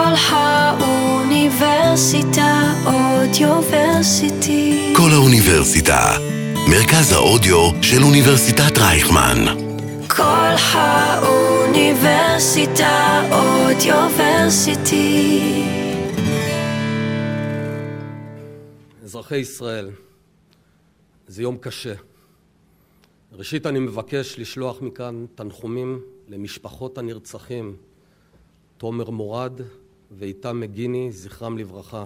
כל האוניברסיטה אודיוורסיטי. כל האוניברסיטה, מרכז האודיו של אוניברסיטת רייכמן. כל האוניברסיטה אודיוורסיטי. אזרחי ישראל, זה יום קשה. ראשית אני מבקש לשלוח מכאן תנחומים למשפחות הנרצחים, תומר מורד ואיתם מגיני, זכרם לברכה.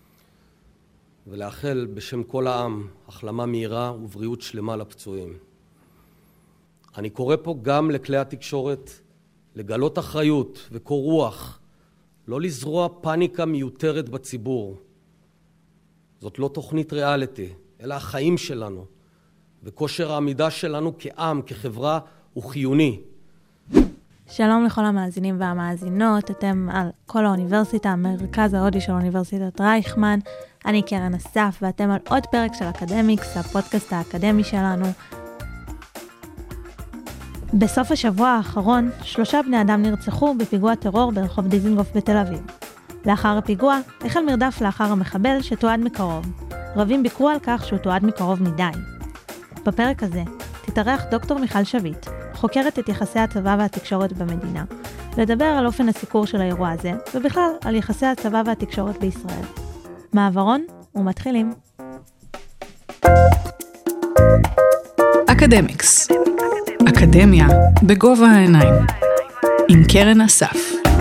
ולאחל בשם כל העם החלמה מהירה ובריאות שלמה לפצועים. אני קורא פה גם לכלי התקשורת לגלות אחריות וקור רוח, לא לזרוע פאניקה מיותרת בציבור. זאת לא תוכנית ריאליטי, אלא החיים שלנו, וכושר העמידה שלנו כעם, כחברה, הוא חיוני. שלום לכל המאזינים והמאזינות, אתם על כל האוניברסיטה, מרכז האודיו של אוניברסיטת רייכמן. אני קרן אסף, ואתם על עוד פרק של אקדמיקס, הפודקאסט האקדמי שלנו. בסוף השבוע האחרון, 3 בני אדם נרצחו בפיגוע טרור ברחוב דיזינגוף בתל אביב. לאחר הפיגוע, החל מרדף לאחר המחבל שתועד מקרוב. רבים ביקרו על כך שהוא תועד מקרוב מדי. בפרק הזה תתארח דוקטור מיכל שביט, חוקרת את יחסי הצבא והתקשורת במדינה, לדבר על אופן הסיקור של האירוע הזה, ובכלל על יחסי הצבא והתקשורת בישראל. מעברון ומתחילים. אקדמיקס. אקדמיה בגובה העיניים. עם קרן אסף.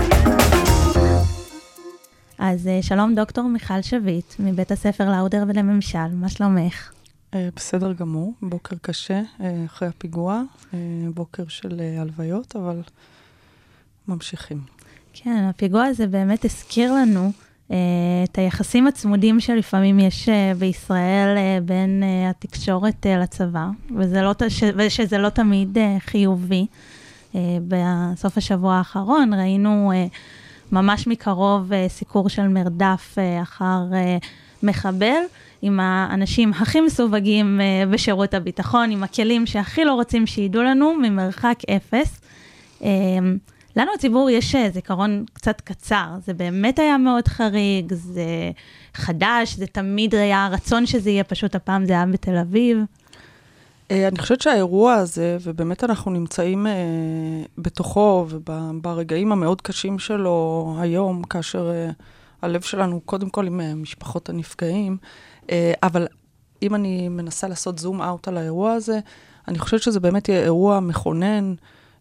אז שלום דוקטור מיכל שביט, מבית הספר לאודר ולממשל, מה שלומך? בסדר גמור, בוקר קשה, אחרי הפיגוע, בוקר של הלוויות, אבל ממשיכים. כן, הפיגוע הזה באמת הזכיר לנו את היחסים הצמודים שלפעמים יש בישראל בין התקשורת לצבא, ושזה לא תמיד חיובי. בסוף השבוע האחרון ראינו ממש מקרוב סיקור של מרדף אחר מחבל, עם האנשים הכי מסווגים בשירות הביטחון, עם הכלים שהכי לא רוצים שידעו לנו, ממרחק 0. לנו הציבור יש זיכרון קצת קצר, זה באמת היה מאוד חריג, זה חדש, זה תמיד היה רצון שזה יהיה, פשוט הפעם זה היה בתל אביב. אני חושבת שהאירוע הזה, ובאמת אנחנו נמצאים בתוכו, וברגעים המאוד קשים שלו היום, כאשר הלב שלנו קודם כל עם משפחות הנפגעים, אבל אם אני מנסה לעשות זום אאוט על האירוע הזה, אני חושבת שזה באמת יהיה אירוע מכונן,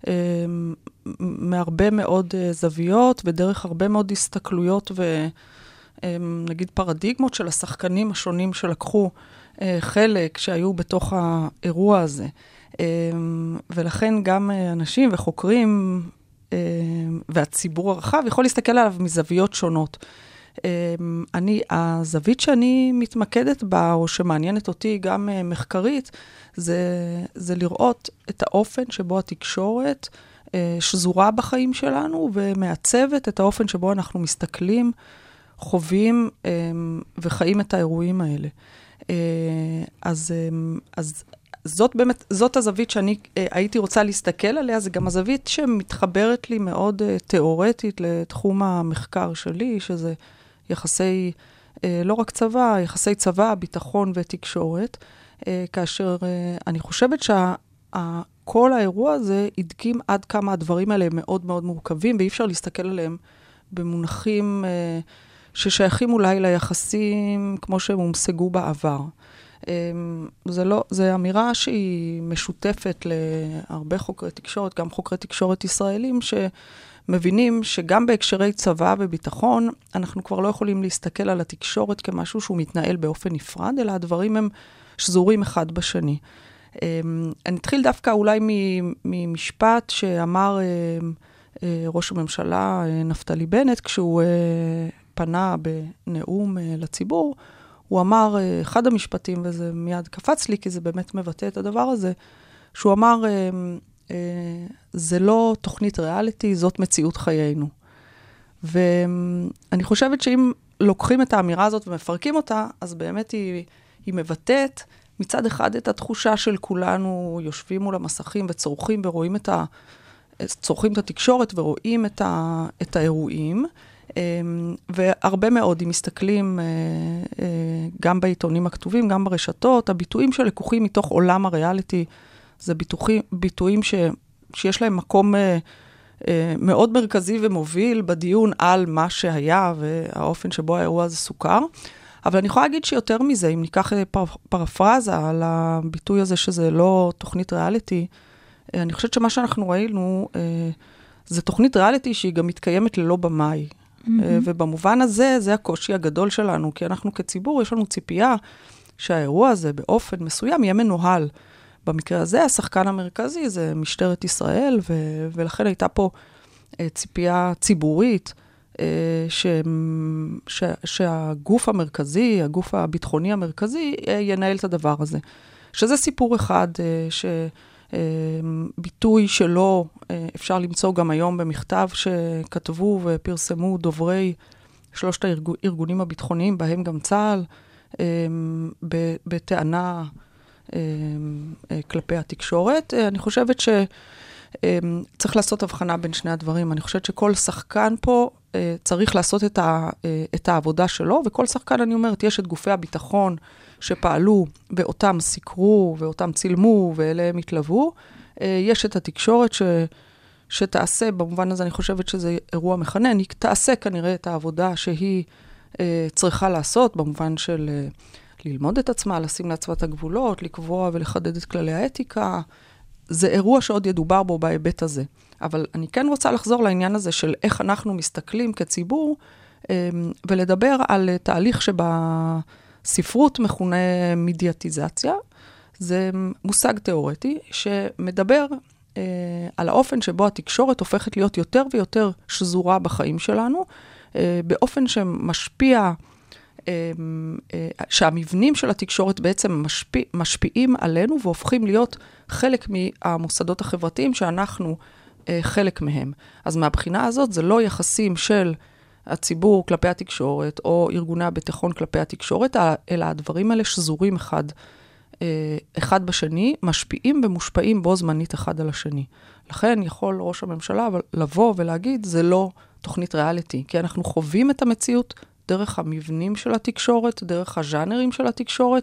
מהרבה מאוד זוויות, ודרך הרבה מאוד הסתכלויות ונגיד פרדיגמות של השחקנים השונים שלקחו חלק שהיו בתוך האירוע הזה. ולכן גם אנשים וחוקרים והציבור הרחב יכול להסתכל עליו מזוויות שונות. הזווית שאני מתמקדת בה, או שמעניינת אותי גם מחקרית, זה לראות את האופן שבו התקשורת שזורה בחיים שלנו, ומעצבת את האופן שבו אנחנו מסתכלים, חווים וחיים את האירועים האלה. אז זאת באמת, זאת הזווית שאני הייתי רוצה להסתכל עליה, זה גם הזווית שמתחברת לי מאוד תיאורטית לתחום המחקר שלי, שזה יחסי, לא רק צבא, יחסי צבא, ביטחון ותקשורת, כאשר אני חושבת שכל האירוע הזה ידגים עד כמה הדברים האלה הם מאוד מאוד מורכבים, ואי אפשר להסתכל עליהם במונחים ששייכים אולי ליחסים כמו שהם הומשגו בעבר. זה אמירה שהיא משותפת להרבה חוקרי תקשורת, גם חוקרי תקשורת ישראלים, שמבינים שגם בהקשרי צבא וביטחון, אנחנו כבר לא יכולים להסתכל על התקשורת כמשהו שהוא מתנהל באופן נפרד, אלא הדברים הם שזורים אחד בשני. אני אתחיל דווקא אולי ממשפט שאמר ראש הממשלה נפתלי בנט, כשהוא פנה בנאום לציבור, הוא אמר, אחד המשפטים, וזה מיד קפץ לי, כי זה באמת מבטא את הדבר הזה, שהוא אמר, זה לא תוכנית ריאליטי, זאת מציאות חיינו. ואני חושבת שאם לוקחים את האמירה הזאת ומפרקים אותה, אז באמת היא מבטאת מצד אחד את התחושה של כולנו יושבים מול המסכים וצורכים ורואים צורכים את התקשורת ורואים את האירועים, והרבה מאוד, אם מסתכלים גם בעיתונים הכתובים, גם ברשתות, הביטויים שלקוחים מתוך עולם הריאליטי, זה ביטויים שיש להם מקום מאוד מרכזי ומוביל בדיון על מה שהיה והאופן שבו האירוע הזה סוכר. אבל אני יכולה להגיד שיותר מזה, אם ניקח פרפרזה על הביטוי הזה שזה לא תוכנית ריאליטי, אני חושבת שמה שאנחנו ראינו, זה תוכנית ריאליטי שהיא גם מתקיימת ללא במאי. ובמובן הזה, זה הקושי הגדול שלנו, כי אנחנו כציבור, יש לנו ציפייה שהאירוע הזה באופן מסוים יהיה מנוהל. במקרה הזה, השחקן המרכזי זה משטרת ישראל, ולכן הייתה פה ציפייה ציבורית, שהגוף המרכזי, הגוף הביטחוני המרכזי, ינהל את הדבר הזה. שזה סיפור אחד, ביטוי שלו אפשר למצוא גם היום במכתב שכתבו ופרסמו דוברי שלושת הארגונים הביטחוניים, בהם גם צה"ל, בטענה כלפי התקשורת. אני חושבת שצריך לעשות הבחנה בין שני הדברים. אני חושבת שכל שחקן פה צריך לעשות את העבודה שלו, וכל שחקן, אני אומרת, יש את גופי הביטחון שפעלו ואותם סיקרו ואותם צילמו ואליהם התלוו. יש את התקשורת שתעשה, במובן הזה אני חושבת שזה אירוע מכנן, היא תעשה כנראה את העבודה שהיא צריכה לעשות, במובן של ללמוד את עצמה, לשים לעצמה את הגבולות, לקבוע ולחדד את כללי האתיקה. זה אירוע שעוד ידובר בו בהיבט הזה. אבל אני כן רוצה לחזור לעניין הזה של איך אנחנו מסתכלים כציבור, ולדבר על תהליך שבספרות מכונה מידיאטיזציה. זה מושג תיאורטי שמדבר על האופן שבו התקשורת הופכת להיות יותר ויותר שזורה בחיים שלנו, באופן שמשפיע, שהמבנים של התקשורת בעצם משפיעים עלינו והופכים להיות חלק מהמוסדות החברתיים שאנחנו חלק מהם. אז מהבחינה הזאת זה לא יחסים של הציבור כלפי התקשורת או ארגוני הביטחון כלפי התקשורת, אלא הדברים האלה שזורים אחד בשני, משפיעים ומושפעים בו זמנית אחד על השני. לכן יכול ראש הממשלה לבוא ולהגיד, זה לא תוכנית ריאליטי, כי אנחנו חווים את המציאות דרך המבנים של התקשורת, דרך הז'אנרים של התקשורת,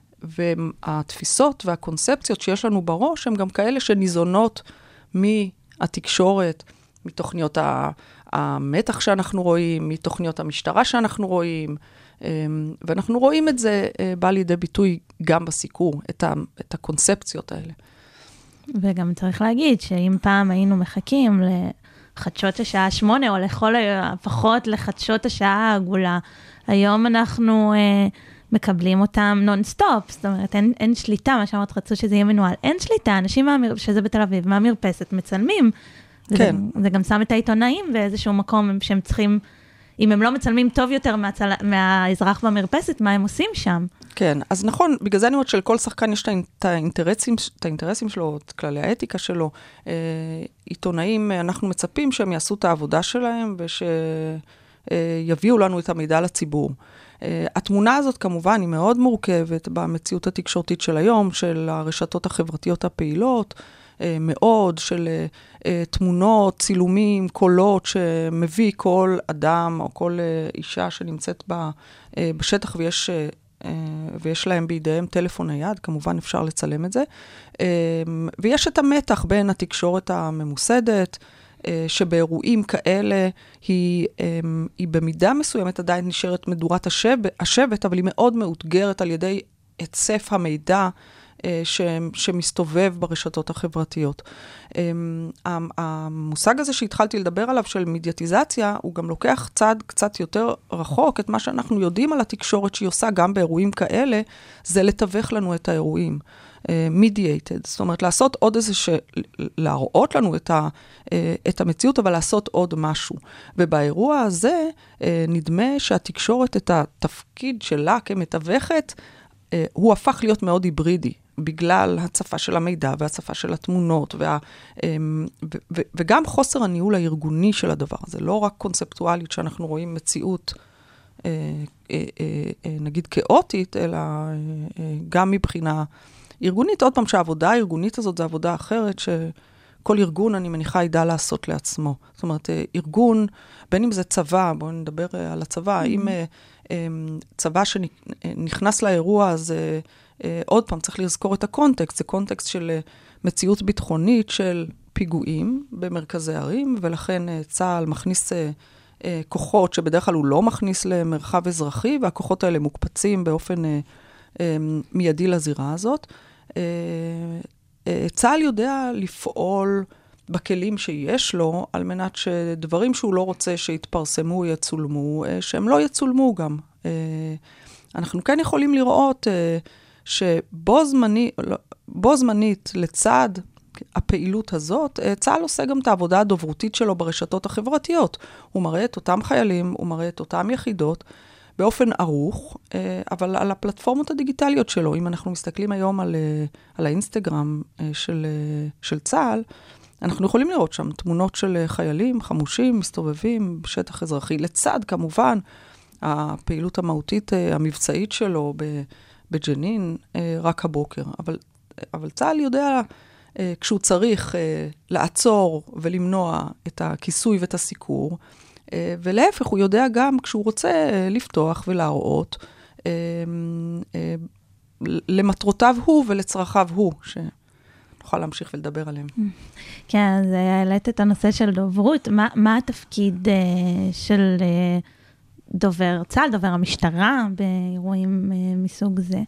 והתפיסות והקונספציות שיש לנו בראש, הם גם כאלה שניזונות מהתקשורת, מתוכניות המתח שאנחנו רואים, מתוכניות המשטרה שאנחנו רואים, ואנחנו רואים את זה בא לידי ביטוי גם בסיקור, את הקונספציות האלה. וגם צריך להגיד שאם פעם היינו מחכים לחדשות השעה 8, או לכל הפחות לחדשות השעה העגולה, היום אנחנו מקבלים אותם נון-סטופ, זאת אומרת, אין שליטה, מה שאמרת, רצו שזה יהיה מנוהל, אין שליטה, אנשים שזה בתל אביב, מהמרפסת מצלמים, כן. זה גם שם את העיתונאים באיזשהו מקום שהם צריכים, אם הם לא מצלמים טוב יותר מהאזרח במרפסת, מה הם עושים שם? כן, אז נכון, בגלל זה אני אומרת שלכל שחקן יש את האינטרסים שלו, את כללי האתיקה שלו. עיתונאים, אנחנו מצפים שהם יעשו את העבודה שלהם, ושיביאו לנו את המידע לציבור. התמונה הזאת כמובן היא מאוד מורכבת במציאות התקשורתית של היום, של הרשתות החברתיות הפעילות, מאוד של תמונות, צילומים, קולות שמביא כל אדם או כל אישה שנמצאת בשטח ויש להם בידיהם טלפון נייד, כמובן אפשר לצלם את זה. ויש את המתח בין התקשורת הממוסדת, שבאירועים כאלה היא במידה מסוימת עדיין נשארת מדורת השבט, אבל היא מאוד מאותגרת על ידי היצף המידע שמסתובב ברשתות החברתיות. המושג הזה שהתחלתי לדבר עליו של מידיאטיזציה, הוא גם לוקח צעד קצת יותר רחוק, את מה שאנחנו יודעים על התקשורת שהיא עושה גם באירועים כאלה, זה לתווך לנו את האירועים. mediated, זאת אומרת, לעשות עוד איזה להראות לנו את המציאות, אבל לעשות עוד משהו. ובאירוע הזה, נדמה שהתקשורת, את התפקיד שלה כמתווכת, הוא הפך להיות מאוד היברידי, בגלל הצפה של המידע והצפה של התמונות, וגם חוסר הניהול הארגוני של הדבר. זה לא רק קונספטואלית שאנחנו רואים מציאות, נגיד כאוטית, אלא גם מבחינה ארגונית. עוד פעם שהעבודה הארגונית הזאת זו עבודה אחרת, כל ארגון, אני מניחה, ידע לעשות לעצמו. זאת אומרת, ארגון, בין אם זה צבא, בואו נדבר על הצבא, אם צבא שנכנס לאירוע, אז עוד פעם צריך לזכור את הקונטקסט, זה קונטקסט של מציאות ביטחונית של פיגועים במרכזי ערים, ולכן צה"ל מכניס כוחות שבדרך כלל הוא לא מכניס למרחב אזרחי, והכוחות האלה מוקפצים באופן מיידי לזירה הזאת. צה"ל יודע לפעול בכלים שיש לו, על מנת שדברים שהוא לא רוצה שיתפרסמו, יצולמו, שהם לא יצולמו גם. אנחנו כן יכולים לראות שבו זמנית לצד הפעילות הזאת, צה"ל עושה גם את העבודה הדוברותית שלו ברשתות החברתיות. הוא מראה את אותם חיילים, הוא מראה את אותם יחידות, באופן ערוך, אבל על הפלטפורמות הדיגיטליות שלו. אם אנחנו מסתכלים היום על האינסטגרם של צה"ל, אנחנו יכולים לראות שם תמונות של חיילים, חמושים, מסתובבים בשטח אזרחי, לצד כמובן הפעילות המהותית המבצעית שלו בג'נין רק הבוקר. אבל צה"ל יודע, כשהוא צריך לעצור ולמנוע את הכיסוי ואת הסיקור, ולהפך, הוא יודע גם כשהוא רוצה לפתוח ולהראות למטרותיו הוא ולצרכיו הוא, שנוכל להמשיך ולדבר עליהם. כן, אז העלית את הנושא של דוברות. מה התפקיד של דובר צה"ל, דובר המשטרה, באירועים מסוג זה?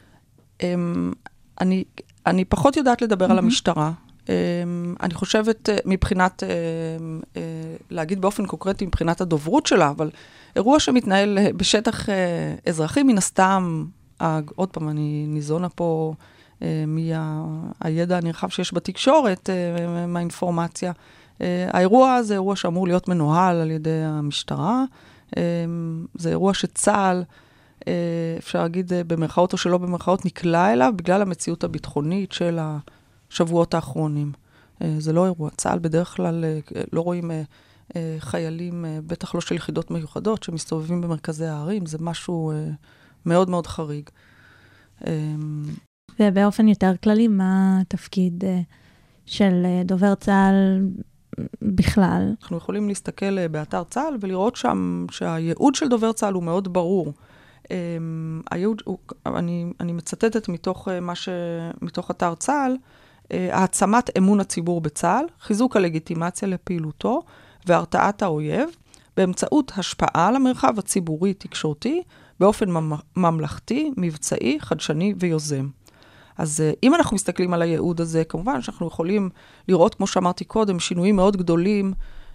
אני פחות יודעת לדבר על המשטרה. אני חושבת מבחינת, להגיד באופן קונקרטי מבחינת הדוברות שלה, אבל אירוע שמתנהל בשטח אזרחי, מן הסתם, עוד פעם, אני ניזונה פה מהידע הנרחב שיש בתקשורת, מהאינפורמציה. האירוע הזה אירוע שאמור להיות מנוהל על ידי המשטרה. זה אירוע שצה"ל, אפשר להגיד במרכאות או שלא במרכאות, נקלע אליו בגלל המציאות הביטחונית של השבועות האחרונים. זה לא אירוע. צה"ל בדרך כלל לא רואים חיילים, בטח לא של יחידות מיוחדות, שמסתובבים במרכזי הערים. זה משהו מאוד מאוד חריג. ובאופן יותר כללי, מה התפקיד של דובר צה"ל בכלל? אנחנו יכולים להסתכל באתר צה"ל ולראות שם שהייעוד של דובר צה"ל הוא מאוד ברור. הייעוד, אני מצטטת מתוך אתר צה"ל, העצמת אמון הציבור בצה"ל, חיזוק הלגיטימציה לפעילותו והרתעת האויב, באמצעות השפעה על המרחב הציבורי תקשורתי, באופן ממלכתי, מבצעי, חדשני ויוזם. אז אם אנחנו מסתכלים על הייעוד הזה, כמובן שאנחנו יכולים לראות, כמו שאמרתי קודם, שינויים מאוד גדולים,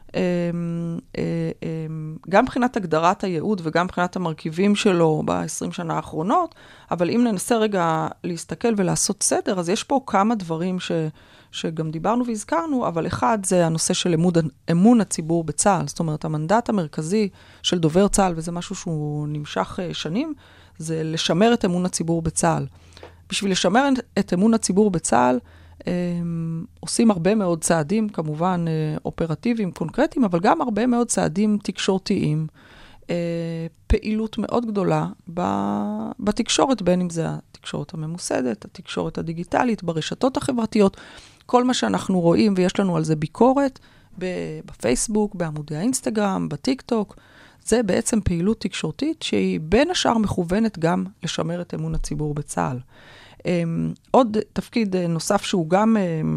גם מבחינת הגדרת הייעוד וגם מבחינת המרכיבים שלו ב-20 שנה האחרונות, אבל אם ננסה רגע להסתכל ולעשות סדר, אז יש פה כמה דברים שגם דיברנו והזכרנו, אבל אחד זה הנושא של אמון הציבור בצה"ל, זאת אומרת, המנדט המרכזי של דובר צה"ל, וזה משהו שהוא נמשך שנים, זה לשמר את אמון הציבור בצה"ל. בשביל לשמר את אמון הציבור בצה"ל, עושים הרבה מאוד צעדים, כמובן אופרטיביים, קונקרטיים, אבל גם הרבה מאוד צעדים תקשורתיים. פעילות מאוד גדולה בתקשורת, בין אם זה התקשורת הממוסדת, התקשורת הדיגיטלית, ברשתות החברתיות, כל מה שאנחנו רואים, ויש לנו על זה ביקורת, בפייסבוק, בעמודי האינסטגרם, בטיק-טוק, זה בעצם פעילות תקשורתית שהיא בין השאר מכוונת גם לשמר את אמון הציבור בצה"ל. עוד תפקיד נוסף שהוא גם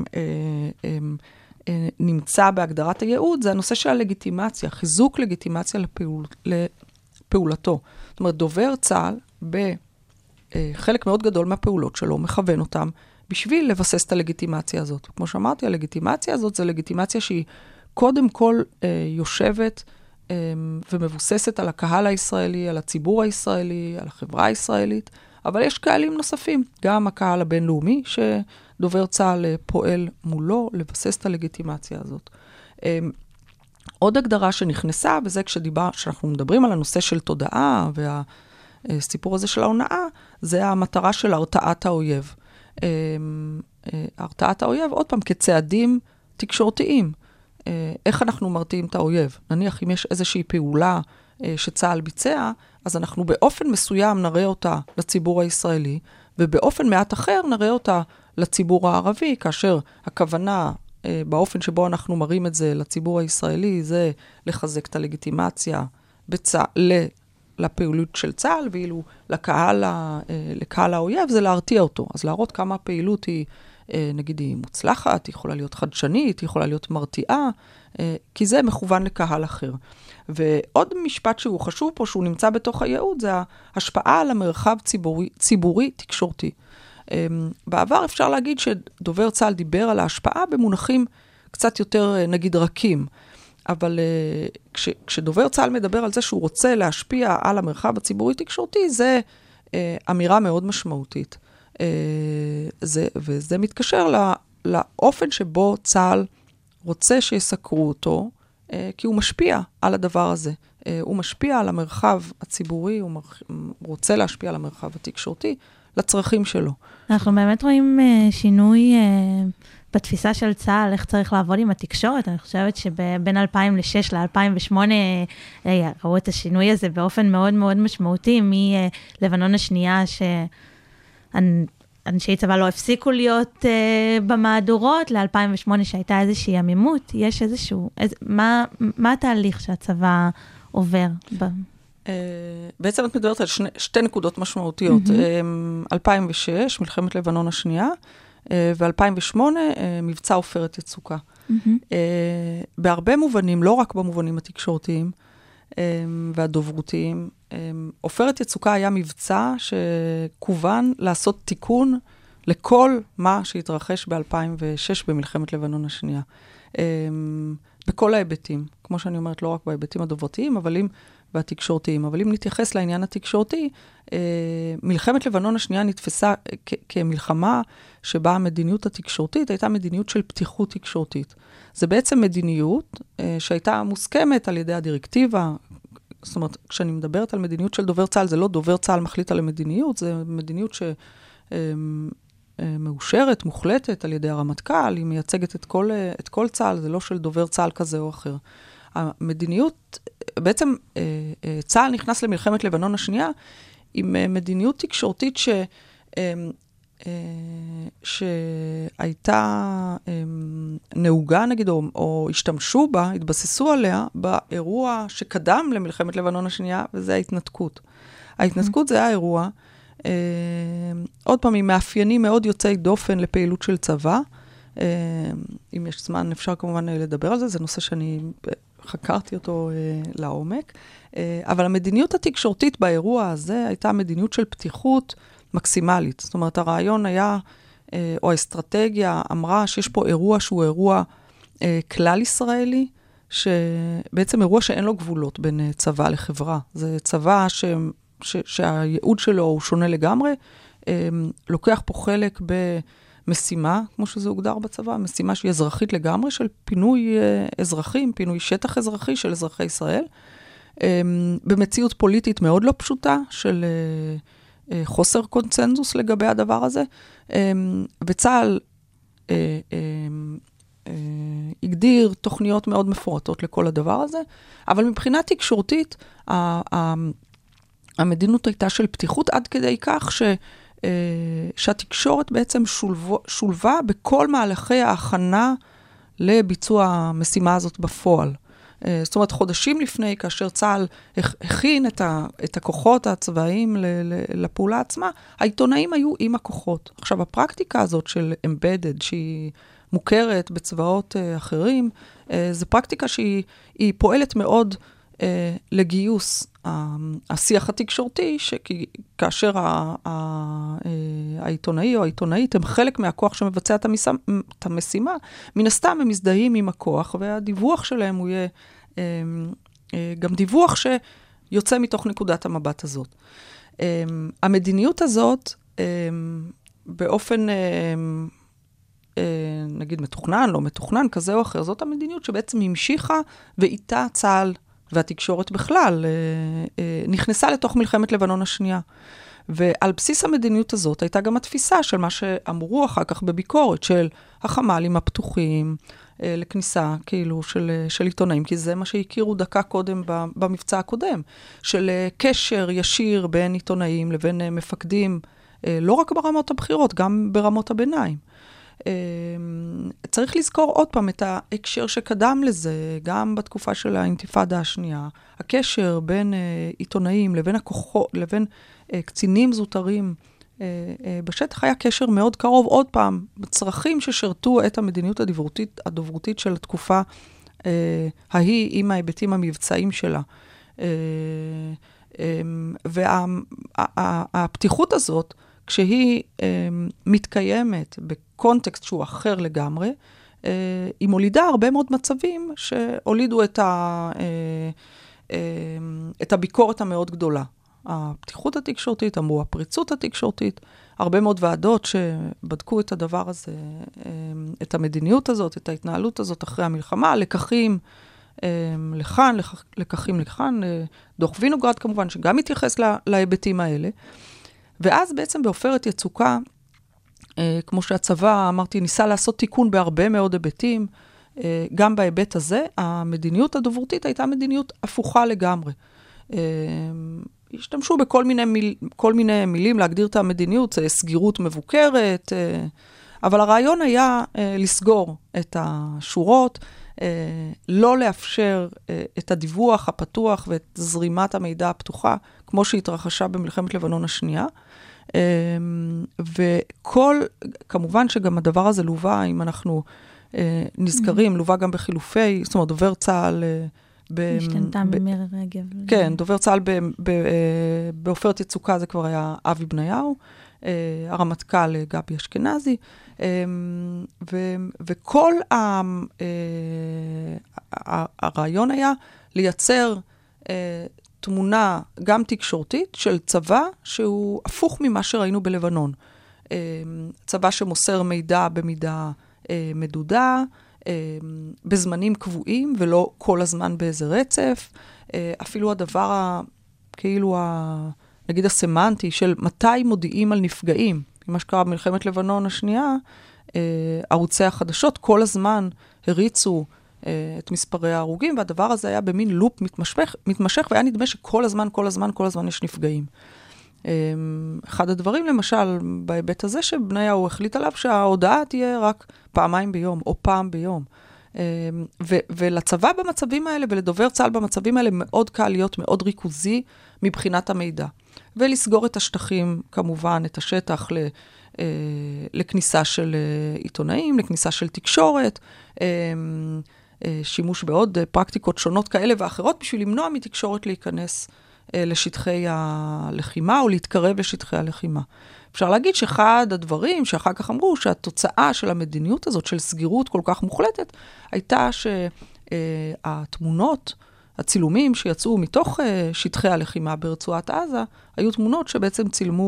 נמצא בהגדרת הייעוד, זה הנושא של הלגיטימציה, חיזוק לגיטימציה לפעולתו. זאת אומרת, דובר צה"ל בחלק מאוד גדול מהפעולות שלו, מכוון אותם בשביל לבסס את הלגיטימציה הזאת. כמו שאמרתי, הלגיטימציה הזאת זה לגיטימציה שהיא קודם כל יושבת ומבוססת על הקהל הישראלי, על הציבור הישראלי, על החברה הישראלית, אבל יש קהלים נוספים, גם הקהל הבינלאומי שדובר צה"ל פועל מולו לבסס את הלגיטימציה הזאת. עוד הגדרה שנכנסה, וזה כשאנחנו מדברים על הנושא של תודעה, והסיפור הזה של ההונאה, זה המטרה של הרתעת האויב. הרתעת האויב, עוד פעם, כצעדים תקשורתיים. איך אנחנו מרתיעים את האויב? נניח אם יש איזושהי פעולה שצה"ל ביצע, אז אנחנו באופן מסוים נראה אותה לציבור הישראלי, ובאופן מעט אחר נראה אותה לציבור הערבי, כאשר הכוונה באופן שבו אנחנו מראים את זה לציבור הישראלי, זה לחזק את הלגיטימציה לפעילות של צה"ל, ואילו לקהל האויב זה להרתיע אותו. אז להראות כמה הפעילות היא, נגיד, היא מוצלחת, היא יכולה להיות חדשנית, היא יכולה להיות מרתיעה, כי זה מכוון לקהל אחר. ועוד משפט שהוא חשוב פה, שהוא נמצא בתוך הייעוד, זה ההשפעה על המרחב ציבורי תקשורתי. בעבר אפשר להגיד שדובר צה"ל דיבר על ההשפעה במונחים קצת יותר, נגיד, רכים. אבל כשדובר צה"ל מדבר על זה שהוא רוצה להשפיע על המרחב הציבורי תקשורתי, זה אמירה מאוד משמעותית. וזה מתקשר לאופן שבו צה"ל רוצה שיסקרו אותו, כי הוא משפיע על הדבר הזה. הוא משפיע על המרחב הציבורי, הוא רוצה להשפיע על המרחב התקשורתי, לצרכים שלו. אנחנו באמת רואים שינוי בתפיסה של צה"ל, איך צריך לעבוד עם התקשורת. אני חושבת שבין 2006 ל-2008 ראו את השינוי הזה באופן מאוד מאוד משמעותי, מלבנון השנייה, שאנשי צבא לא הפסיקו להיות במהדורות, ל-2008 שהייתה איזושהי עמימות. יש איזשהו, מה התהליך שהצבא עובר? בעצם את מדברת על שתי נקודות משמעותיות. 2006, מלחמת לבנון השנייה, ו-2008, מבצע עופרת יצוקה. בהרבה מובנים, לא רק במובנים התקשורתיים והדוברותיים, עופרת יצוקה היה מבצע שכוון לעשות תיקון לכל מה שהתרחש ב-2006 במלחמת לבנון השנייה. בכל ההיבטים, כמו שאני אומרת, לא רק בהיבטים הדוברותיים, והתקשורתיים. אבל אם נתייחס לעניין התקשורתי, מלחמת לבנון השנייה נתפסה כמלחמה שבה המדיניות התקשורתית הייתה מדיניות של פתיחות תקשורתית. זה בעצם מדיניות שהייתה מוסכמת על ידי הדירקטיבה. זאת אומרת, כשאני מדברת על מדיניות של דובר צה"ל, זה לא דובר צה"ל מחליט על המדיניות, זה מדיניות שמאושרת, מוחלטת על ידי הרמטכ"ל, היא מייצגת את כל צה"ל, זה לא של דובר צה"ל כזה או אחר. המדיניות, בעצם צה"ל נכנס למלחמת לבנון השנייה עם מדיניות תקשורתית שהייתה נהוגה, נגיד, או השתמשו בה, התבססו עליה באירוע שקדם למלחמת לבנון השנייה, וזה ההתנתקות. ההתנתקות זה האירוע, עוד פעם, עם מאפיינים מאוד יוצאי דופן לפעילות של צבא. אם יש זמן, אפשר כמובן לדבר על זה, זה נושא שאני חקרתי אותו לעומק, אבל המדיניות התקשורתית באירוע הזה הייתה מדיניות של פתיחות מקסימלית. זאת אומרת, הרעיון היה, או האסטרטגיה אמרה שיש פה אירוע שהוא אירוע כלל ישראלי, שבעצם אירוע שאין לו גבולות בין צבא לחברה. זה צבא שהייעוד שלו הוא שונה לגמרי, לוקח פה חלק במשימה, כמו שזה הוגדר בצבא, משימה שהיא אזרחית לגמרי, של פינוי אזרחים, פינוי שטח אזרחי של אזרחי ישראל, במציאות פוליטית מאוד לא פשוטה, של חוסר קונצנזוס לגבי הדבר הזה, וצה"ל הגדיר תוכניות מאוד מפורטות לכל הדבר הזה, אבל מבחינה תקשורתית, המדיניות הייתה של פתיחות עד כדי כך שהתקשורת בעצם שולבה בכל מהלכי ההכנה לביצוע המשימה הזאת בפועל. זאת אומרת, חודשים לפני, כאשר צה"ל הכין את הכוחות הצבאיים לפעולה עצמה, העיתונאים היו עם הכוחות. עכשיו, הפרקטיקה הזאת של embedded, שהיא מוכרת בצבאות אחרים, זו פרקטיקה שהיא פועלת מאוד לגיוס השיח התקשורתי, כאשר העיתונאי או העיתונאית הם חלק מהכוח שמבצע את המשימה, מן הסתם הם מזדהים עם הכוח, והדיווח שלהם הוא יהיה גם דיווח שיוצא מתוך נקודת המבט הזאת. המדיניות הזאת, באופן נגיד מתוכנן, לא מתוכנן, כזה או אחר, זאת המדיניות שבעצם המשיכה ואיתה צה"ל והתקשורת בכלל נכנסה לתוך מלחמת לבנון השנייה. ועל בסיס המדיניות הזאת הייתה גם התפיסה של מה שאמרו אחר כך בביקורת, של החמ"לים הפתוחים לכניסה כאילו של עיתונאים, כי זה מה שהכירו דקה קודם במבצע הקודם, של קשר ישיר בין עיתונאים לבין מפקדים, לא רק ברמות הבחירות, גם ברמות הביניים. צריך לזכור עוד פעם את ההקשר שקדם לזה, גם בתקופה של האינתיפאדה השנייה, הקשר בין עיתונאים לבין הכוחות, לבין קצינים זוטרים בשטח היה קשר מאוד קרוב, עוד פעם, בצרכים ששרתו את המדיניות הדוברותית של התקופה ההיא עם ההיבטים המבצעיים שלה. והפתיחות הזאת, כשהיא מתקיימת בקונטקסט שהוא אחר לגמרי, היא מולידה הרבה מאוד מצבים שהולידו את הביקורת המאוד גדולה. הפתיחות התקשורתית, אמרו, הפריצות התקשורתית, הרבה מאוד ועדות שבדקו את הדבר הזה, את המדיניות הזאת, את ההתנהלות הזאת אחרי המלחמה, לקחים לכאן, לקחים לכאן, דוח וינוגרד כמובן, שגם מתייחס להיבטים האלה. ואז בעצם בעופרת יצוקה, כמו שהצבא, אמרתי, ניסה לעשות תיקון בהרבה מאוד היבטים, גם בהיבט הזה, המדיניות הדוברותית הייתה מדיניות הפוכה לגמרי. השתמשו בכל מיני מילים להגדיר את המדיניות, סגירות מבוקרת, אבל הרעיון היה לסגור את השורות, לא לאפשר את הדיווח הפתוח ואת זרימת המידע הפתוחה, כמו שהתרחשה במלחמת לבנון השנייה. כמובן שגם הדבר הזה לובה, אם אנחנו נזכרים, לובה גם בחילופי, זאת אומרת, דובר צה"ל השתנתה במירי רגב. כן, דובר צה"ל בעופרת יצוקה, זה כבר היה אבי בניהו, הרמטכ"ל גבי אשכנזי, וכל הרעיון היה לייצר תמונה גם תקשורתית של צבא שהוא הפוך ממה שראינו בלבנון. צבא שמוסר מידע במידה מדודה, בזמנים קבועים ולא כל הזמן באיזה רצף. אפילו הדבר כאילו נגיד הסמנטי של מתי מודיעים על נפגעים. מה שקרה במלחמת לבנון השנייה, ערוצי החדשות כל הזמן הריצו את מספרי ההרוגים, והדבר הזה היה במין לופ מתמשך, והיה נדמה שכל הזמן יש נפגעים. אחד הדברים, למשל, בהיבט הזה שבניהו החליט עליו, שההודעה תהיה רק פעמיים ביום, או פעם ביום. ולצבא במצבים האלה, ולדובר צה"ל במצבים האלה, מאוד קל להיות מאוד ריכוזי מבחינת המידע. ולסגור את השטחים, כמובן, את השטח לכניסה של עיתונאים, לכניסה של תקשורת, שימוש בעוד פרקטיקות שונות כאלה ואחרות, בשביל למנוע מתקשורת להיכנס לשטחי הלחימה, או להתקרב לשטחי הלחימה. אפשר להגיד שאחד הדברים שאחר כך אמרו, שהתוצאה של המדיניות הזאת, של סגירות כל כך מוחלטת, הייתה שהתמונות, הצילומים שיצאו מתוך שטחי הלחימה ברצועת עזה, היו תמונות שבעצם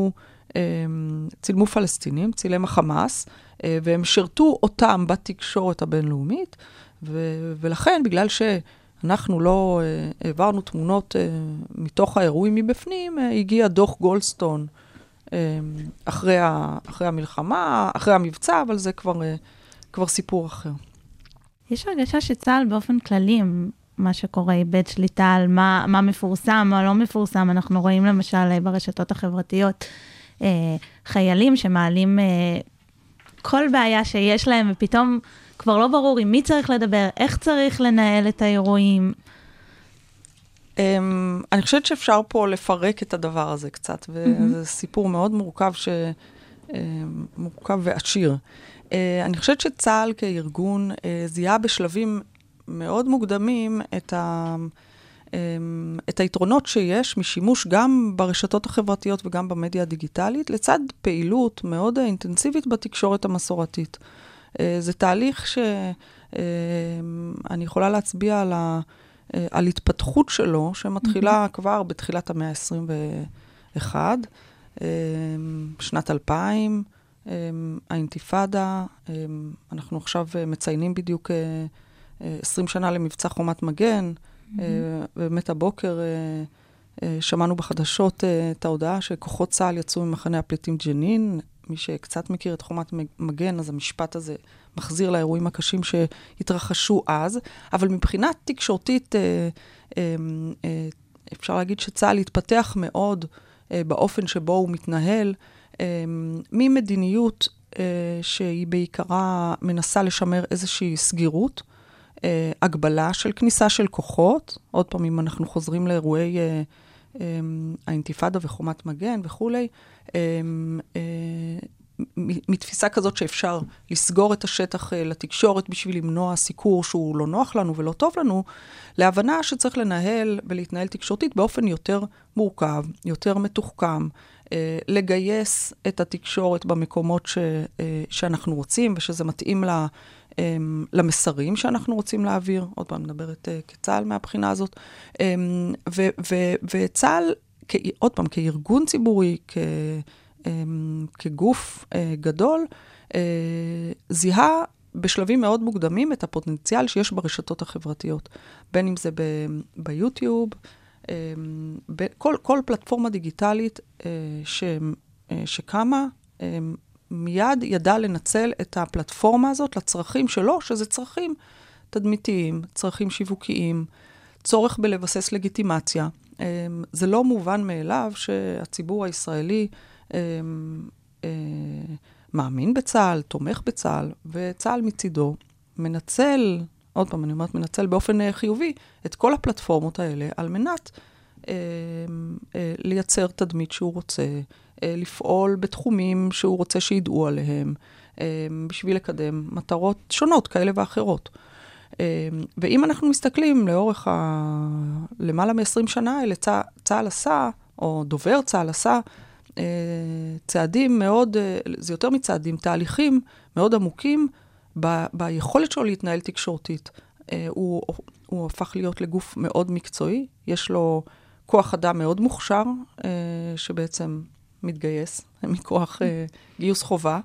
צילמו פלסטינים, צילם החמאס, והם שרתו אותם בתקשורת הבינלאומית, ולכן, בגלל שאנחנו לא העברנו תמונות מתוך האירועים מבפנים, הגיע דוח גולדסטון אחרי המלחמה, אחרי המבצע, אבל זה כבר סיפור אחר. יש הרגשה שצה"ל באופן כללי, מה שקורה, איבד שליטה על מה מפורסם, מה לא מפורסם. אנחנו רואים למשל ברשתות החברתיות, חיילים שמעלים כל בעיה שיש להם, ופתאום כבר לא ברור עם מי צריך לדבר, איך צריך לנהל את האירועים. אני חושבת שאפשר פה לפרק את הדבר הזה קצת, וזה סיפור מאוד מורכב ועשיר. אני חושבת שצה"ל כארגון זיהה בשלבים מאוד מוקדמים את היתרונות שיש משימוש גם ברשתות החברתיות וגם במדיה הדיגיטלית, לצד פעילות מאוד אינטנסיבית בתקשורת המסורתית. זה תהליך שאני יכולה להצביע על התפתחות שלו, שמתחילה כבר בתחילת המאה ה-21, שנת 2000, האינתיפאדה, אנחנו עכשיו מציינים בדיוק 20 שנה למבצע חומת מגן, באמת הבוקר שמענו בחדשות את ההודעה שכוחות צה"ל יצאו ממחנה הפליטים ג'נין. מי שקצת מכיר את חומת מגן, אז המשפט הזה מחזיר לאירועים הקשים שהתרחשו אז, אבל מבחינת תקשורתית אפשר להגיד שצה"ל התפתח מאוד באופן שבו הוא מתנהל, ממדיניות שהיא בעיקרה מנסה לשמר איזושהי סגירות, הגבלה של כניסה של כוחות, עוד פעם, אם אנחנו חוזרים לאירועי האינתיפאדה וחומת מגן וכולי, מתפיסה כזאת שאפשר לסגור את השטח לתקשורת בשביל למנוע סיקור שהוא לא נוח לנו ולא טוב לנו, להבנה שצריך לנהל ולהתנהל תקשורתית באופן יותר מורכב, יותר מתוחכם, לגייס את התקשורת במקומות שאנחנו רוצים, ושזה מתאים למסרים שאנחנו רוצים להעביר. עוד פעם, מדברת כצה"ל מהבחינה הזאת. וצה"ל, עוד פעם, כארגון ציבורי, כגוף גדול, זיהה בשלבים מאוד מוקדמים את הפוטנציאל שיש ברשתות החברתיות. בין אם זה ביוטיוב, כל פלטפורמה דיגיטלית שקמה, מיד ידע לנצל את הפלטפורמה הזאת לצרכים שלו, שזה צרכים תדמיתיים, צרכים שיווקיים, צורך בלבסס לגיטימציה. זה לא מובן מאליו שהציבור הישראלי מאמין בצה"ל, תומך בצה"ל, וצה"ל מצידו מנצל, עוד פעם אני אומרת, מנצל באופן חיובי את כל הפלטפורמות האלה, על מנת לייצר תדמית שהוא רוצה, לפעול בתחומים שהוא רוצה שידעו עליהם, בשביל לקדם מטרות שונות כאלה ואחרות. ואם אנחנו מסתכלים לאורך למעלה מ-20 שנה האלה, צה"ל עשה, או דובר צה"ל עשה, צעדים מאוד, זה יותר מצעדים, תהליכים מאוד עמוקים ביכולת שלו להתנהל תקשורתית. הוא הפך להיות לגוף מאוד מקצועי, יש לו כוח אדם מאוד מוכשר, שבעצם מתגייס מכוח גיוס חובה,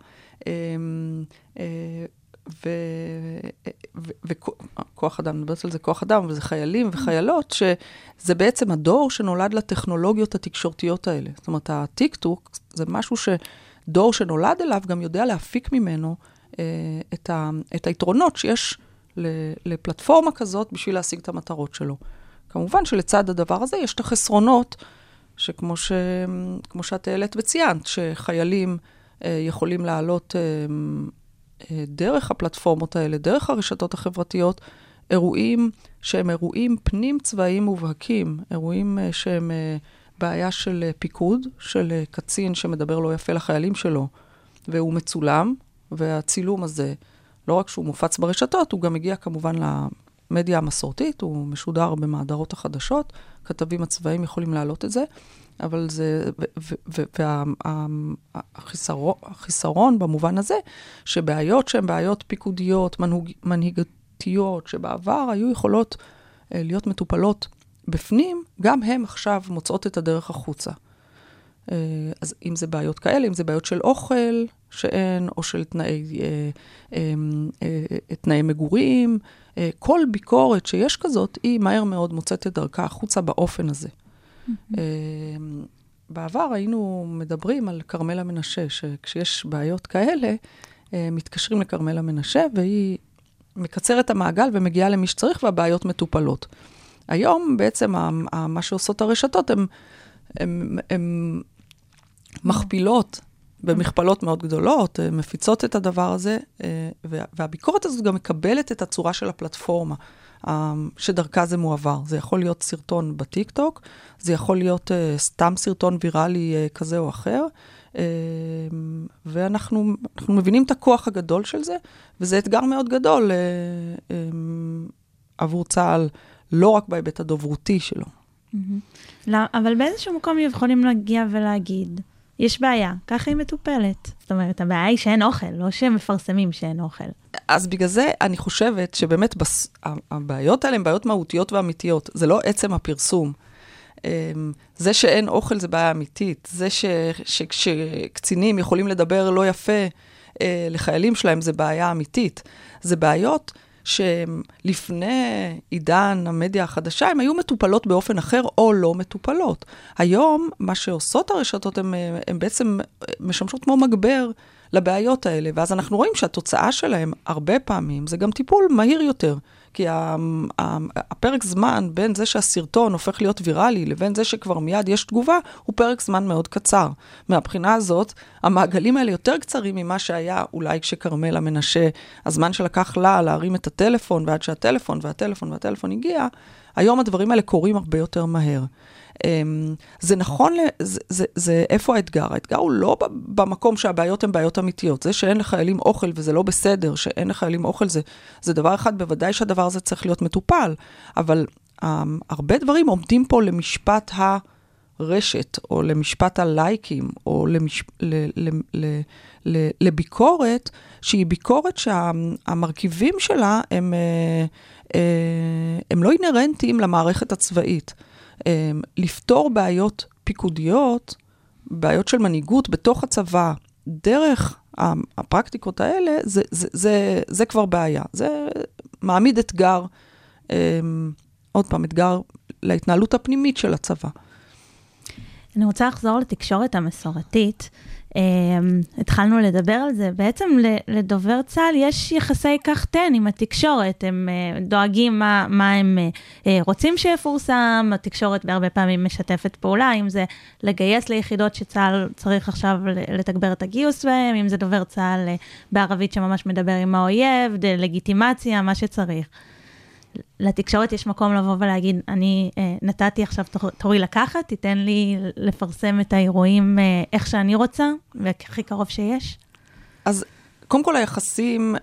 וכוח אדם, נדברת על זה כוח אדם, וזה חיילים וחיילות, שזה בעצם הדור שנולד לטכנולוגיות התקשורתיות האלה. זאת אומרת, הטיק-טוק זה משהו שדור שנולד אליו גם יודע להפיק ממנו את היתרונות שיש לפלטפורמה כזאת בשביל להשיג את המטרות שלו. כמובן שלצד הדבר הזה יש את החסרונות, שכמו שאת העלית וציינת, שחיילים יכולים לעלות דרך הפלטפורמות האלה, דרך הרשתות החברתיות, אירועים שהם אירועים פנים צבאיים מובהקים, אירועים שהם בעיה של פיקוד, של קצין שמדבר לא יפה לחיילים שלו, והוא מצולם, והצילום הזה, לא רק שהוא מופץ ברשתות, הוא גם מגיע כמובן למדיה המסורתית, הוא משודר במהדרות החדשות, כתבים הצבאיים יכולים להעלות את זה, אבל זה, והחיסרון במובן הזה, שבעיות שהן בעיות פיקודיות, מנהיגתיות, שבעבר היו יכולות להיות מטופלות בפנים, גם הן עכשיו מוצאות את הדרך החוצה. אז אם זה בעיות כאלה, אם זה בעיות של אוכל שאין, או של תנאי מגורים, כל ביקורת שיש כזאת, היא מהר מאוד מוצאת את דרכה החוצה באופן הזה. בעבר היינו מדברים על קרמלה מנשה, שכשיש בעיות כאלה, מתקשרים לקרמלה מנשה, והיא מקצרת המעגל ומגיעה למי שצריך, והבעיות מטופלות. היום בעצם מה שעושות הרשתות, הן מכפילות במכפלות מאוד גדולות, מפיצות את הדבר הזה, והביקורת הזאת גם מקבלת את הצורה של הפלטפורמה, שדרכה זה מועבר. זה יכול להיות סרטון בטיק-טוק, זה יכול להיות סתם סרטון ויראלי כזה או אחר, ואנחנו מבינים את הכוח הגדול של זה, וזה אתגר מאוד גדול עבור צה"ל, לא רק בהיבט הדוברותי שלו. אבל באיזשהו מקום יכולים להגיע ולהגיד, יש בעיה, ככה היא מטופלת. זאת אומרת, הבעיה היא שאין אוכל, לא שהם מפרסמים שאין אוכל. אז בגלל זה אני חושבת שבאמת הבעיות האלה הן בעיות מהותיות ואמיתיות. זה לא עצם הפרסום. זה שאין אוכל זה בעיה אמיתית. זה שקצינים יכולים לדבר לא יפה לחיילים שלהם זה בעיה אמיתית. זה בעיות שלפני עידן המדיה החדשה, הן היו מטופלות באופן אחר או לא מטופלות. היום, מה שעושות הרשתות, הן בעצם משמשות כמו מגבר לבעיות האלה, ואז אנחנו רואים שהתוצאה שלהם הרבה פעמים, זה גם טיפול מהיר יותר, כי הפרק זמן בין זה שהסרטון הופך להיות ויראלי, לבין זה שכבר מיד יש תגובה, הוא פרק זמן מאוד קצר. מהבחינה הזאת, המעגלים האלה יותר קצרים ממה שהיה אולי כשקרמלה מנשה, הזמן שלקח לה להרים את הטלפון, ועד שהטלפון הגיע, היום הדברים האלה קורים הרבה יותר מהר. זה נכון, זה איפה האתגר? האתגר הוא לא במקום שהבעיות הן בעיות אמיתיות. זה שאין לחיילים אוכל וזה לא בסדר, שאין לחיילים אוכל זה דבר אחד, בוודאי שהדבר הזה צריך להיות מטופל, אבל הרבה דברים עומדים פה למשפט הרשת, או למשפט הלייקים, או לביקורת, שהיא ביקורת שהמרכיבים שלה הם לא אינרנטיים למערכת הצבאית. לפתור בעיות פיקודיות, בעיות של מנהיגות בתוך הצבא, דרך הפרקטיקות האלה, זה כבר בעיה. זה מעמיד אתגר, עוד פעם, אתגר להתנהלות הפנימית של הצבא. אני רוצה לחזור לתקשורת המסורתית. התחלנו לדבר על זה. בעצם לדובר צה"ל יש יחסי כך תן עם התקשורת. הם דואגים מה הם רוצים שיפורסם. התקשורת בהרבה פעמים משתפת פעולה, אם זה לגייס ליחידות שצה"ל צריך עכשיו לתגבר את הגיוס בהם, אם זה דובר צה"ל בערבית שממש מדבר עם האויב, לגיטימציה, מה שצריך. לתקשורת יש מקום לבוא ולהגיד, אני נתתי עכשיו תורי לקחת, תיתן לי לפרסם את האירועים איך שאני רוצה, והכי קרוב שיש. אז קודם כל היחסים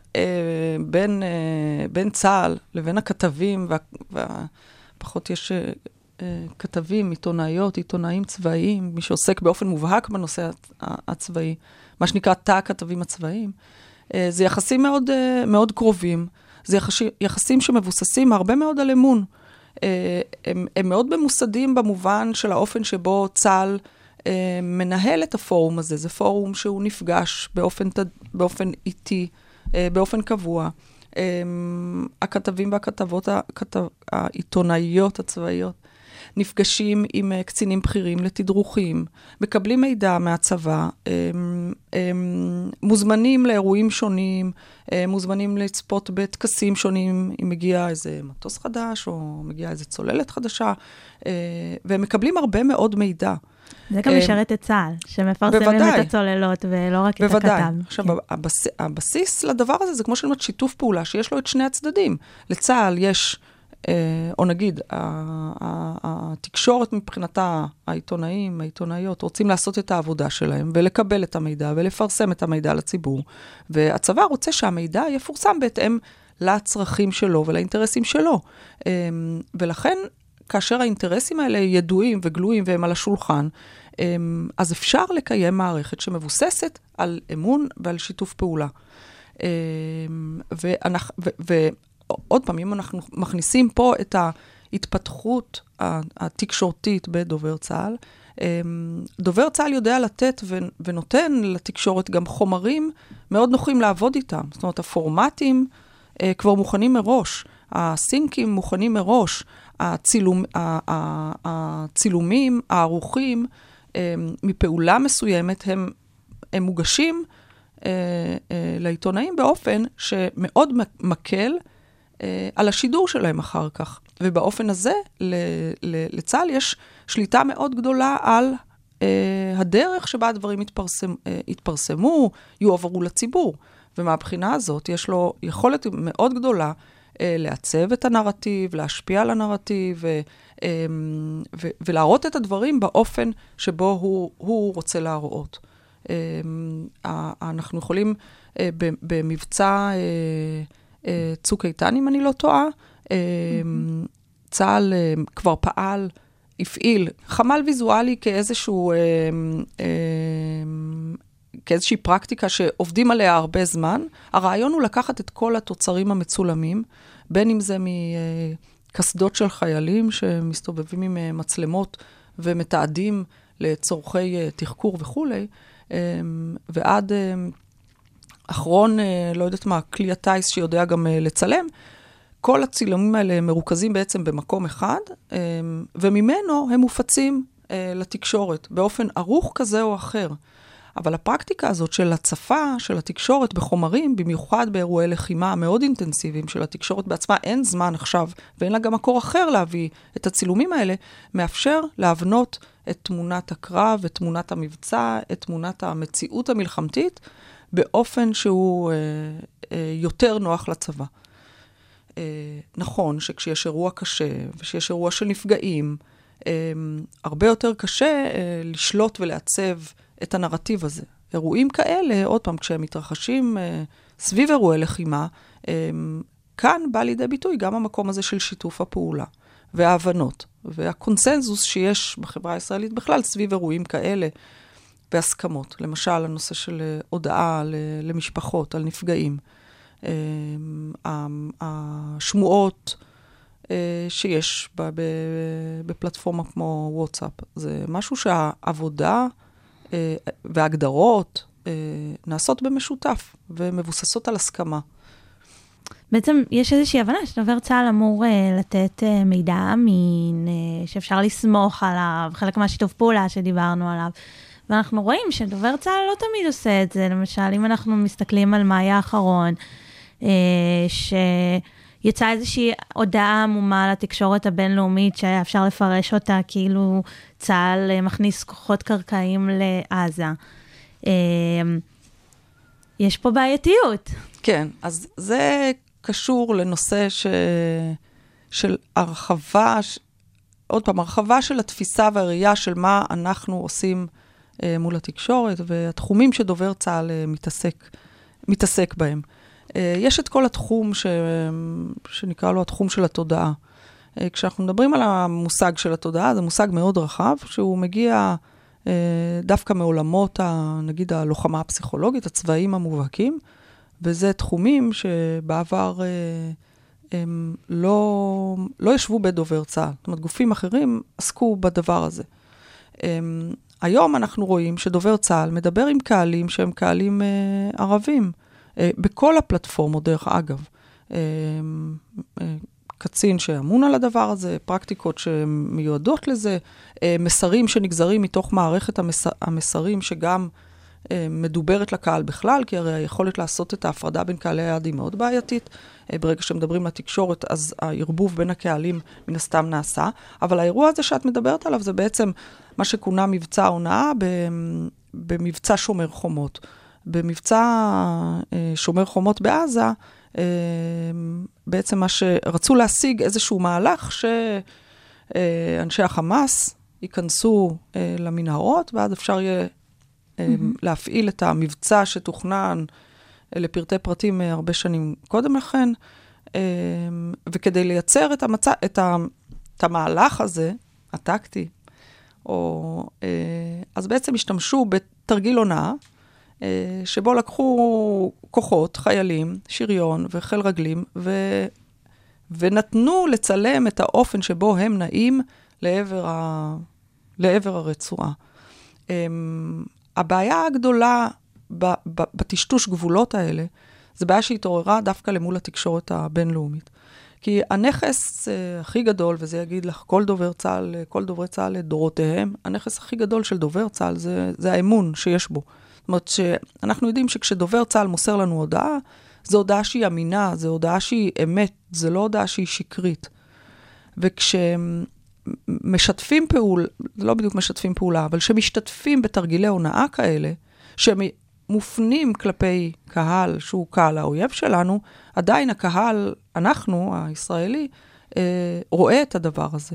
בין צה"ל לבין הכתבים, ופחות יש כתבים, עיתונאיות, עיתונאים צבאיים, מי שעוסק באופן מובהק בנושא הצבאי, מה שנקרא תא הכתבים הצבאיים, זה יחסים מאוד, מאוד קרובים. זה יחסים שמבוססים הרבה מאוד על אמון. הם מאוד ממוסדים במובן של האופן שבו צה"ל מנהל את הפורום הזה. זה פורום שהוא נפגש באופן איטי, באופן קבוע. הכתבים והכתבות, העיתונאיות הצבאיות, נפגשים עם קצינים בכירים לתדרוכים, מקבלים מידע מהצבא, מוזמנים לאירועים שונים, מוזמנים לצפות בטקסים שונים, אם מגיע איזה מטוס חדש, או מגיעה איזה צוללת חדשה, והם מקבלים הרבה מאוד מידע. זה גם משרת את צה"ל, שמפרסמים את הצוללות, ולא רק את הכתב. עכשיו, הבסיס לדבר הזה, זה כמו שאומרת שיתוף פעולה, שיש לו את שני הצדדים. לצה"ל יש או נגיד, התקשורת מבחינתה, העיתונאים, העיתונאיות, רוצים לעשות את העבודה שלהם, ולקבל את המידע, ולפרסם את המידע לציבור. והצבא רוצה שהמידע יפורסם בהתאם לצרכים שלו, ולאינטרסים שלו. ולכן, כאשר האינטרסים האלה ידועים וגלויים, והם על השולחן, אז אפשר לקיים מערכת שמבוססת על אמון ועל שיתוף פעולה. עוד פעם, אם אנחנו מכניסים פה את ההתפתחות התקשורתית בדובר צה"ל, דובר צה"ל יודע לתת ונותן לתקשורת גם חומרים מאוד נוחים לעבוד איתם. זאת אומרת, הפורמטים כבר מוכנים מראש, הסינקים מוכנים מראש, הצילומים, הערוכים, מפעולה מסוימת, הם מוגשים לעיתונאים באופן שמאוד מקל על השידור שלהם אחר כך. ובאופן הזה, לצה"ל יש שליטה מאוד גדולה על הדרך שבה הדברים יתפרסמו, יועברו לציבור. ומהבחינה הזאת יש לו יכולת מאוד גדולה לעצב את הנרטיב, להשפיע על הנרטיב, ולהראות את הדברים באופן שבו הוא רוצה להראות. אנחנו יכולים במבצע צוק איתן, אם אני לא טועה, צה"ל כבר הפעיל חמ"ל ויזואלי כאיזושהי פרקטיקה שעובדים עליה הרבה זמן. הרעיון הוא לקחת את כל התוצרים המצולמים, בין אם זה מקסדות של חיילים שמסתובבים עם מצלמות ומתעדים לצורכי תחקור וכו', ועד אחרון, לא יודעת מה, כלי הטייס שיודע גם לצלם, כל הצילומים האלה מרוכזים בעצם במקום אחד, וממנו הם מופצים לתקשורת, באופן ערוך כזה או אחר. אבל הפרקטיקה הזאת של הצפה, של התקשורת בחומרים, במיוחד באירועי לחימה מאוד אינטנסיביים של התקשורת בעצמה, אין זמן עכשיו, ואין לה גם מקור אחר להביא את הצילומים האלה, מאפשר להבנות את תמונת הקרב, את תמונת המבצע, את תמונת המציאות המלחמתית, באופן שהוא יותר נוח לצבא. נכון שכשיש אירוע קשה, ושיש אירוע של נפגעים, הרבה יותר קשה לשלוט ולעצב את הנרטיב הזה. אירועים כאלה, עוד פעם, כשהם מתרחשים סביב אירועי לחימה, כאן בא לידי ביטוי גם המקום הזה של שיתוף הפעולה, וההבנות, והקונסנזוס שיש בחברה הישראלית בכלל סביב אירועים כאלה, והסכמות. למשל, הנושא של הודעה למשפחות, על נפגעים. השמועות שיש בפלטפורמה כמו וואטסאפ. זה משהו שהעבודה וההגדרות נעשות במשותף ומבוססות על הסכמה. בעצם יש איזושהי הבנה שדובר צה"ל אמור לתת מידע אמין, שאפשר לסמוך עליו, חלק מהשיתוף פעולה שדיברנו עליו. ואנחנו רואים שדובר צה"ל לא תמיד עושה את זה. למשל, אם אנחנו מסתכלים על מאי האחרון, שיצאה איזושהי הודעה עמומה לתקשורת הבינלאומית, שהיה אפשר לפרש אותה כאילו צה"ל מכניס כוחות קרקעיים לעזה. יש פה בעייתיות. כן, אז זה קשור לנושא של הרחבה, עוד פעם, הרחבה של התפיסה והראייה של מה אנחנו עושים מול התקשורת, והתחומים שדובר צה"ל מתעסק בהם. יש את כל התחום שנקרא לו התחום של התודעה. כשאנחנו מדברים על המושג של התודעה, זה מושג מאוד רחב, שהוא מגיע דווקא מעולמות, נגיד, הלוחמה הפסיכולוגית, הצבאיים המובהקים, וזה תחומים שבעבר הם לא ישבו בדובר צה"ל. זאת אומרת, גופים אחרים עסקו בדבר הזה. היום אנחנו רואים שדובר צה"ל מדבר עם קהלים שהם קהלים ערבים, בכל הפלטפורמות דרך אגב. קצין שאמון על הדבר הזה, פרקטיקות שמיועדות לזה, מסרים שנגזרים מתוך מערכת המסרים שגם מדוברת לקהל בכלל, כי הרי היכולת לעשות את ההפרדה בין קהלי היעד היא מאוד בעייתית. ברגע שמדברים לתקשורת, אז הערבוב בין הקהלים מן הסתם נעשה. אבל האירוע הזה שאת מדברת עליו, זה בעצם מה שכונה מבצע הונאה במבצע שומר חומות. במבצע שומר חומות בעזה, בעצם מה שרצו להשיג איזשהו מהלך שאנשי החמאס ייכנסו למנהרות, ואז אפשר יהיה להפעיל את המבצע שתוכנן לפרטי פרטים הרבה שנים קודם לכן, וכדי לייצר את המהלך הזה, הטקטי, אז בעצם השתמשו בתרגיל הונאה, שבו לקחו כוחות, חיילים, שריון וחיל רגלים, ונתנו לצלם את האופן שבו הם נעים לעבר הרצועה. הבעיה הגדולה בטשטוש גבולות האלה, זה בעיה שהתעוררה דווקא למול התקשורת הבינלאומית. כי הנכס הכי גדול, וזה יגיד לך כל דובר צה"ל, כל דוברי צה"ל לדורותיהם, הנכס הכי גדול של דובר צה"ל זה האמון שיש בו. זאת אומרת שאנחנו יודעים שכשדובר צה"ל מוסר לנו הודעה, זו הודעה שהיא אמינה, זו הודעה שהיא אמת, זו לא הודעה שהיא שקרית. וכשמשתפים פעולה, לא בדיוק משתפים פעולה, אבל שמשתתפים בתרגילי הונאה כאלה, שמופנים כלפי קהל שהוא קהל האויב שלנו, עדיין הקהל, אנחנו, הישראלי, רואה את הדבר הזה.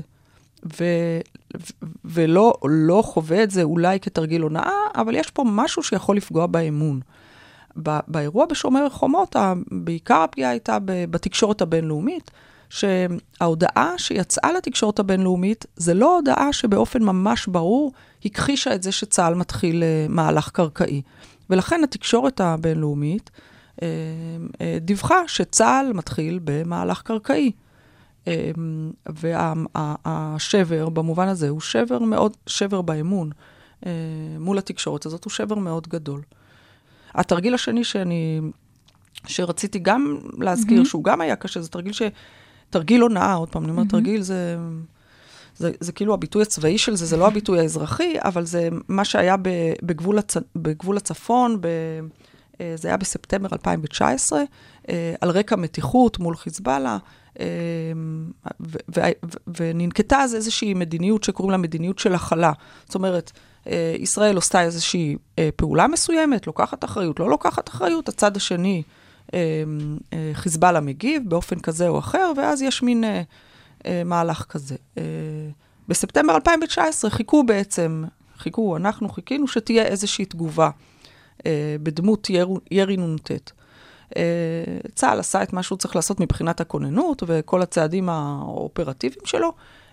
ולא חווה את זה אולי כתרגיל הונאה, אבל יש פה משהו שיכול לפגוע באמון. באירוע בשומר חומות, בעיקר הפגיעה הייתה בתקשורת הבינלאומית, שההודעה שיצאה לתקשורת הבינלאומית, זה לא הודעה שבאופן ממש ברור הכחישה את זה שצה"ל מתחיל מהלך קרקעי. ולכן התקשורת הבינלאומית דיווחה שצה"ל מתחיל במהלך קרקעי. והשבר במובן הזה הוא שבר באמון מול התקשורת הזאת, הוא שבר מאוד גדול. התרגיל השני שרציתי גם להזכיר, שהוא גם היה קשה, זה תרגיל הונאה, עוד פעם, אני אומר, תרגיל זה כאילו הביטוי הצבאי של זה, זה לא הביטוי האזרחי, אבל זה מה שהיה בגבול הצפון, זה היה בספטמבר 2019, על רקע מתיחות מול חיזבאללה, וננקטה אז איזושהי מדיניות שקוראים לה מדיניות של הכלה. זאת אומרת, ישראל עושה איזושהי פעולה מסוימת, לוקחת אחריות, לא לוקחת אחריות, הצד השני, חיזבאללה מגיב באופן כזה או אחר, ואז יש מין מהלך כזה. בספטמבר 2019 אנחנו חיכינו שתהיה איזושהי תגובה בדמות ירי נ"ט. צה"ל עשה את מה שהוא צריך לעשות מבחינת הכוננות וכל הצעדים האופרטיביים שלו,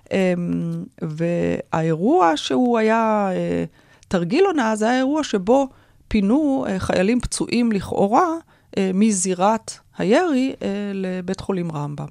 והאירוע שהוא היה תרגיל עונה, זה היה אירוע שבו פינו חיילים פצועים לכאורה מזירת הירי לבית חולים רמב"ם.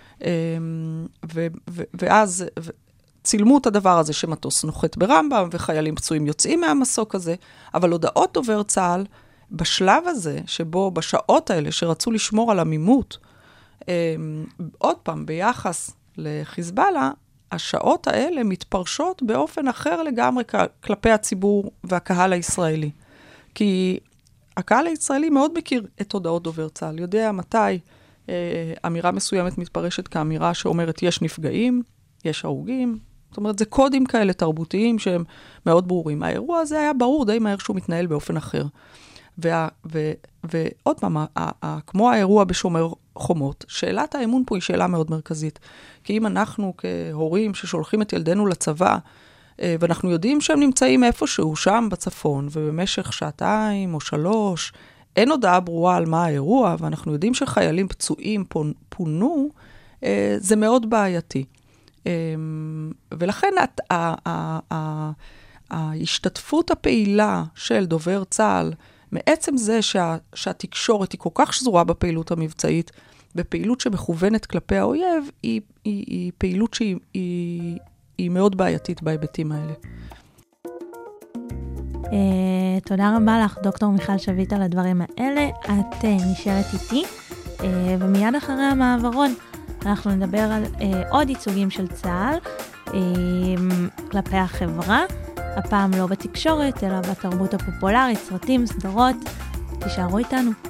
ואז צילמו את הדבר הזה שמטוס נוחת ברמב"ם, וחיילים פצועים יוצאים מהמסוק הזה, אבל הודעות דובר צה"ל, בשלב הזה, שבו בשעות האלה שרצו לשמור על עמימות, עוד פעם, ביחס לחיזבאללה, השעות האלה מתפרשות באופן אחר לגמרי כלפי הציבור והקהל הישראלי. כי הקהל הישראלי מאוד מכיר את הודעות דובר צה"ל, יודע מתי אמירה מסוימת מתפרשת כאמירה שאומרת יש נפגעים, יש הרוגים, זאת אומרת, זה קודים כאלה תרבותיים שהם מאוד ברורים. האירוע הזה היה ברור די מהר שהוא מתנהל באופן אחר. ועוד פעם, כמו האירוע בשומר חומות, שאלת האמון פה היא שאלה מאוד מרכזית. כי אם אנחנו כהורים ששולחים את ילדינו לצבא, ואנחנו יודעים שהם נמצאים איפשהו, שם בצפון, ובמשך 2 או 3, אין הודעה ברורה על מה האירוע, ואנחנו יודעים שחיילים פצועים פונו, זה מאוד בעייתי. ולכן ההשתתפות הפעילה של דובר צה"ל, מעצם זה שהתקשורת היא כל כך שזורה בפעילות המבצעית, בפעילות שמכוונת כלפי האויב, היא פעילות שהיא מאוד בעייתית בהיבטים האלה. תודה רבה לך, דוקטור מיכל שביט, על הדברים האלה. את נשארת איתי, ומיד אחרי המעברון אנחנו נדבר על עוד ייצוגים של צה"ל כלפי החברה, הפעם לא בתקשורת, אלא בתרבות הפופולרית, סרטים, סדרות. תישארו איתנו.